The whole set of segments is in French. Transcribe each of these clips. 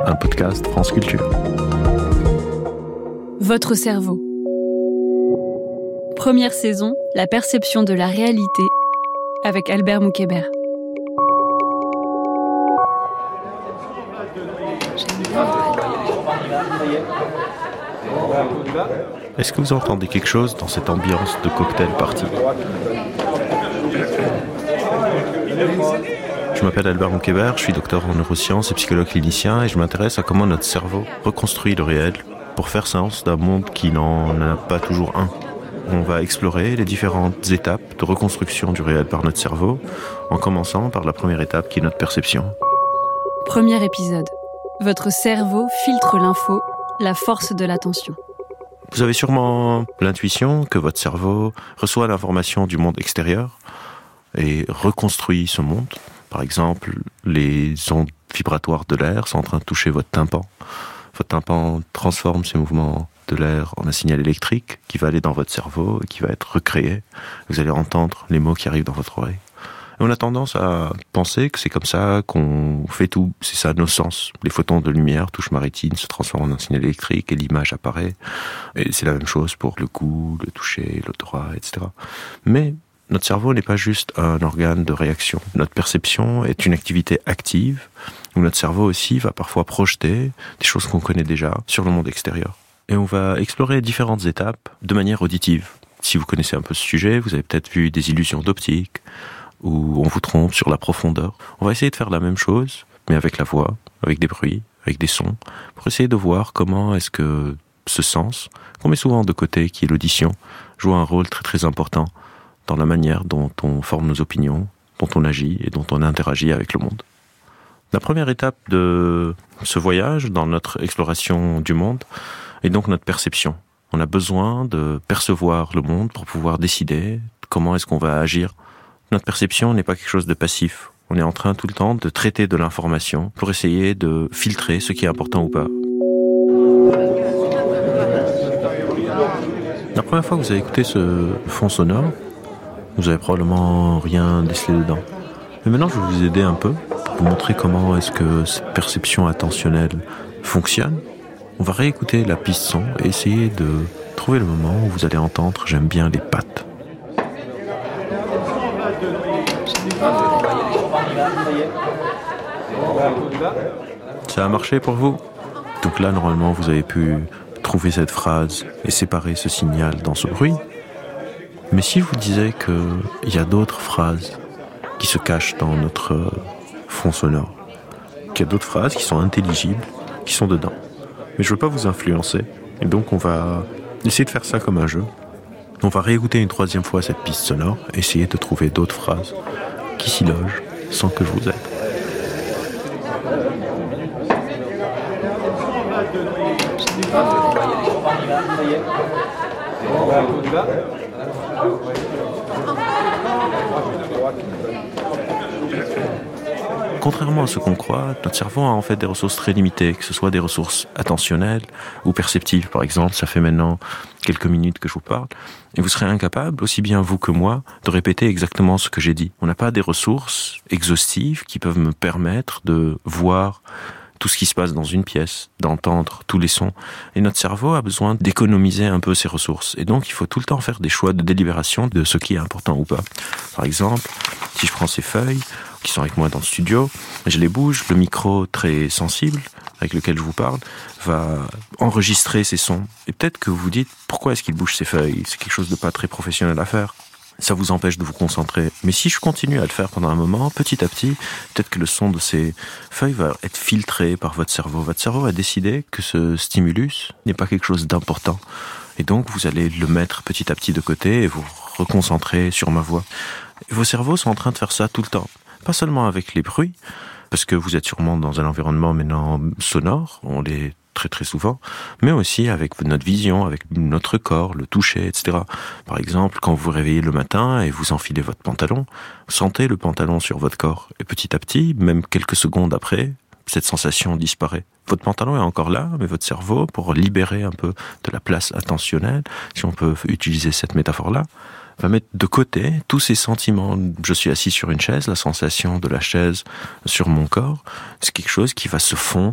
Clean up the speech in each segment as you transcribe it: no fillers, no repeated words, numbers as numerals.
un podcast France Culture. Votre cerveau. Première saison, la perception de la réalité, avec Albert Moukébert. Est-ce que vous entendez quelque chose dans cette ambiance de cocktail party ? Je m'appelle Albert Moukébert, je suis docteur en neurosciences et psychologue clinicien et je m'intéresse à comment notre cerveau reconstruit le réel pour faire sens d'un monde qui n'en a pas toujours un. On va explorer les différentes étapes de reconstruction du réel par notre cerveau, en commençant par la première étape qui est notre perception. Premier épisode. Votre cerveau filtre l'info, la force de l'attention. Vous avez sûrement l'intuition que votre cerveau reçoit l'information du monde extérieur et reconstruit ce monde. Par exemple, les ondes vibratoires de l'air sont en train de toucher votre tympan. Votre tympan transforme ces mouvements de l'air en un signal électrique qui va aller dans votre cerveau et qui va être recréé. Vous allez entendre les mots qui arrivent dans votre oreille. Et on a tendance à penser que c'est comme ça qu'on fait tout. C'est ça nos sens. Les photons de lumière touchent ma rétine, se transforment en un signal électrique et l'image apparaît. Et c'est la même chose pour le goût, le toucher, l'odorat, etc. Mais notre cerveau n'est pas juste un organe de réaction. Notre perception est une activité active où notre cerveau aussi va parfois projeter des choses qu'on connaît déjà sur le monde extérieur. Et on va explorer différentes étapes de manière auditive. Si vous connaissez un peu ce sujet, vous avez peut-être vu des illusions d'optique où on vous trompe sur la profondeur. On va essayer de faire la même chose, mais avec la voix, avec des bruits, avec des sons, pour essayer de voir comment est-ce que ce sens, qu'on met souvent de côté, qui est l'audition, joue un rôle très très important dans la manière dont on forme nos opinions, dont on agit et dont on interagit avec le monde. La première étape de ce voyage dans notre exploration du monde est donc notre perception. On a besoin de percevoir le monde pour pouvoir décider comment est-ce qu'on va agir. Notre perception n'est pas quelque chose de passif. On est en train tout le temps de traiter de l'information pour essayer de filtrer ce qui est important ou pas. La première fois que vous avez écouté ce fond sonore, vous avez probablement rien décelé dedans. Mais maintenant, je vais vous aider un peu pour vous montrer comment est-ce que cette perception attentionnelle fonctionne. On va réécouter la piste son et essayer de trouver le moment où vous allez entendre « J'aime bien les pattes ». Ça a marché pour vous ? Donc là, normalement, vous avez pu trouver cette phrase et séparer ce signal dans ce bruit. Mais si je vous disais qu'il y a d'autres phrases qui se cachent dans notre fond sonore, qu'il y a d'autres phrases qui sont intelligibles, qui sont dedans. Mais je ne veux pas vous influencer, et donc on va essayer de faire ça comme un jeu. On va réécouter une troisième fois cette piste sonore, essayer de trouver d'autres phrases qui s'y logent sans que je vous aide. Contrairement à ce qu'on croit, notre cerveau a en fait des ressources très limitées, que ce soit des ressources attentionnelles ou perceptives. Par exemple, ça fait maintenant quelques minutes que je vous parle, et vous serez incapable, aussi bien vous que moi, de répéter exactement ce que j'ai dit. On n'a pas des ressources exhaustives qui peuvent me permettre de voir tout ce qui se passe dans une pièce, d'entendre tous les sons. Et notre cerveau a besoin d'économiser un peu ses ressources. Et donc, il faut tout le temps faire des choix de délibération de ce qui est important ou pas. Par exemple, si je prends ces feuilles qui sont avec moi dans le studio, je les bouge, le micro très sensible avec lequel je vous parle va enregistrer ces sons. Et peut-être que vous vous dites, pourquoi est-ce qu'il bouge ces feuilles ? C'est quelque chose de pas très professionnel à faire. Ça vous empêche de vous concentrer. Mais si je continue à le faire pendant un moment, petit à petit, peut-être que le son de ces feuilles va être filtré par votre cerveau. Votre cerveau va décider que ce stimulus n'est pas quelque chose d'important. Et donc, vous allez le mettre petit à petit de côté et vous reconcentrer sur ma voix. Et vos cerveaux sont en train de faire ça tout le temps. Pas seulement avec les bruits, parce que vous êtes sûrement dans un environnement maintenant sonore, on l'est très très souvent, mais aussi avec notre vision, avec notre corps, le toucher, etc. Par exemple, quand vous vous réveillez le matin et vous enfilez votre pantalon, sentez le pantalon sur votre corps. Et petit à petit, même quelques secondes après, cette sensation disparaît. Votre pantalon est encore là, mais votre cerveau, pour libérer un peu de la place attentionnelle, si on peut utiliser cette métaphore-là, va mettre de côté tous ces sentiments. Je suis assis sur une chaise, la sensation de la chaise sur mon corps, c'est quelque chose qui va se fondre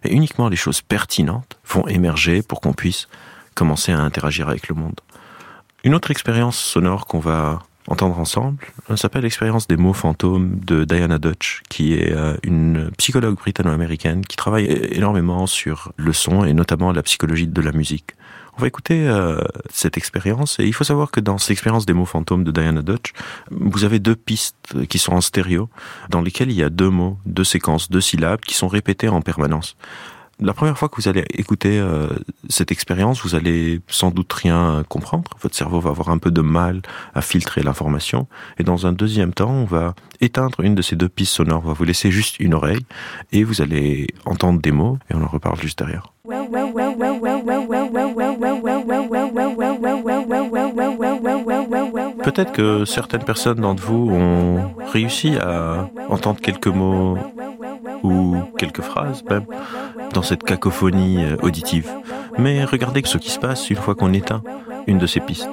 Et uniquement les choses pertinentes vont émerger pour qu'on puisse commencer à interagir avec le monde. Une autre expérience sonore qu'on va entendre ensemble s'appelle l'expérience des mots fantômes de Diana Deutsch, qui est une psychologue britanno-américaine qui travaille énormément sur le son et notamment la psychologie de la musique. On va écouter cette expérience, et il faut savoir que dans cette expérience des mots fantômes de Diana Deutsch, vous avez 2 pistes qui sont en stéréo, dans lesquelles il y a 2 mots, 2 séquences, 2 syllabes qui sont répétées en permanence. La première fois que vous allez écouter cette expérience, vous allez sans doute rien comprendre. Votre cerveau va avoir un peu de mal à filtrer l'information. Et dans un deuxième temps, on va éteindre une de ces 2 pistes sonores. On va vous laisser juste une oreille et vous allez entendre des mots et on en reparle juste derrière. Peut-être que certaines personnes d'entre vous ont réussi à entendre quelques mots ou quelques phrases même dans cette cacophonie auditive. Mais regardez ce qui se passe une fois qu'on éteint une de ces pistes.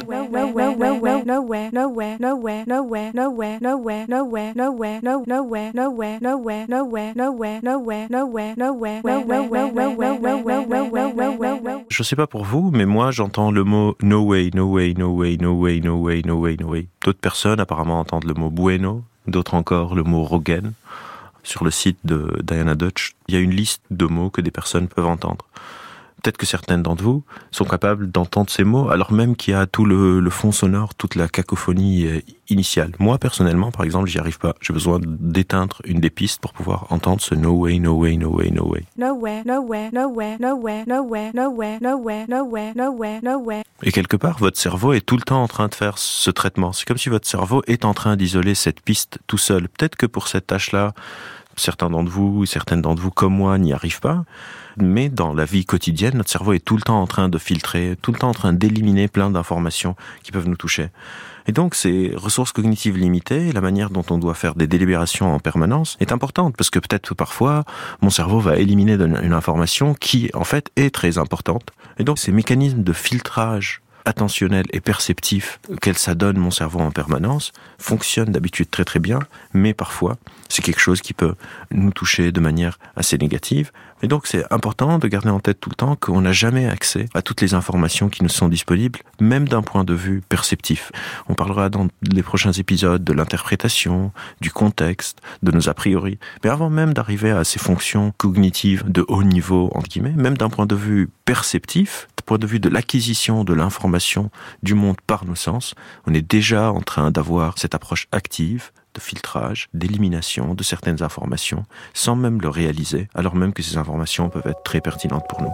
Je sais pas pour vous, mais moi j'entends le mot no way, no way, no way, no way, no way, no way, no way. D'autres personnes apparemment entendent le mot bueno, d'autres encore le mot Rogen. Sur le site de Diana Deutsch, il y a une liste de mots que des personnes peuvent entendre. Peut-être que certaines d'entre vous sont capables d'entendre ces mots, alors même qu'il y a tout le fond sonore, toute la cacophonie initiale. Moi, personnellement, par exemple, j'y arrive pas. J'ai besoin d'éteindre une des pistes pour pouvoir entendre ce no way, no way, no way, no way. No way, no way, no way, no way, no way, no way, no way, no way, no way, no way. Et quelque part, votre cerveau est tout le temps en train de faire ce traitement. C'est comme si votre cerveau est en train d'isoler cette piste tout seul. Peut-être que pour cette tâche-là, certains d'entre vous, certaines d'entre vous comme moi n'y arrivent pas, mais dans la vie quotidienne, notre cerveau est tout le temps en train de filtrer, tout le temps en train d'éliminer plein d'informations qui peuvent nous toucher. Et donc, ces ressources cognitives limitées, la manière dont on doit faire des délibérations en permanence est importante, parce que peut-être que parfois, mon cerveau va éliminer une information qui, en fait, est très importante. Et donc, ces mécanismes de filtrage attentionnel et perceptif auquel ça donne mon cerveau en permanence fonctionne d'habitude très très bien, mais parfois c'est quelque chose qui peut nous toucher de manière assez négative. Et donc c'est important de garder en tête tout le temps qu'on n'a jamais accès à toutes les informations qui nous sont disponibles, même d'un point de vue perceptif. On parlera dans les prochains épisodes de l'interprétation, du contexte, de nos a priori. Mais avant même d'arriver à ces fonctions cognitives de haut niveau, entre guillemets, même d'un point de vue perceptif, du point de vue de l'acquisition de l'information du monde par nos sens, on est déjà en train d'avoir cette approche active de filtrage, d'élimination de certaines informations, sans même le réaliser, alors même que ces informations peuvent être très pertinentes pour nous.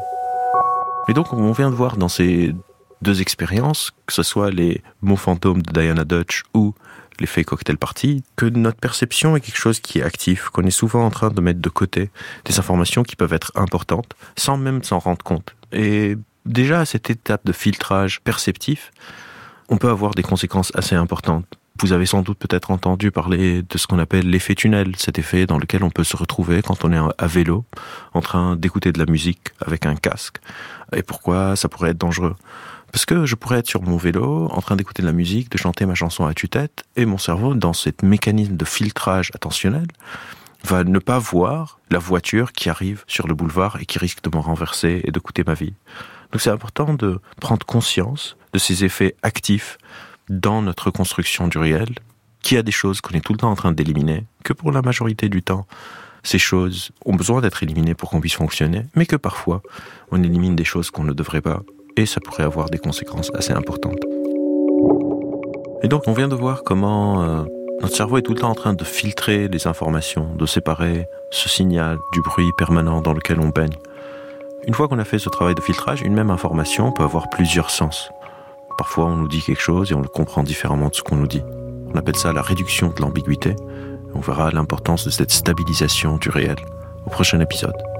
Et donc, on vient de voir dans ces 2 expériences, que ce soit les mots fantômes de Diana Deutsch ou l'effet cocktail party, que notre perception est quelque chose qui est actif, qu'on est souvent en train de mettre de côté des informations qui peuvent être importantes, sans même s'en rendre compte. Et déjà, à cette étape de filtrage perceptif, on peut avoir des conséquences assez importantes. Vous avez sans doute peut-être entendu parler de ce qu'on appelle l'effet tunnel, cet effet dans lequel on peut se retrouver quand on est à vélo, en train d'écouter de la musique avec un casque. Et pourquoi ça pourrait être dangereux ? Parce que je pourrais être sur mon vélo, en train d'écouter de la musique, de chanter ma chanson à tue-tête, et mon cerveau, dans ce mécanisme de filtrage attentionnel, va ne pas voir la voiture qui arrive sur le boulevard et qui risque de me renverser et de coûter ma vie. Donc c'est important de prendre conscience de ces effets actifs dans notre construction du réel, qu'il y a des choses qu'on est tout le temps en train d'éliminer, que pour la majorité du temps, ces choses ont besoin d'être éliminées pour qu'on puisse fonctionner, mais que parfois, on élimine des choses qu'on ne devrait pas, et ça pourrait avoir des conséquences assez importantes. Et donc, on vient de voir comment notre cerveau est tout le temps en train de filtrer les informations, de séparer ce signal du bruit permanent dans lequel on baigne. Une fois qu'on a fait ce travail de filtrage, une même information peut avoir plusieurs sens. Parfois, on nous dit quelque chose et on le comprend différemment de ce qu'on nous dit. On appelle ça la réduction de l'ambiguïté. On verra l'importance de cette stabilisation du réel au prochain épisode.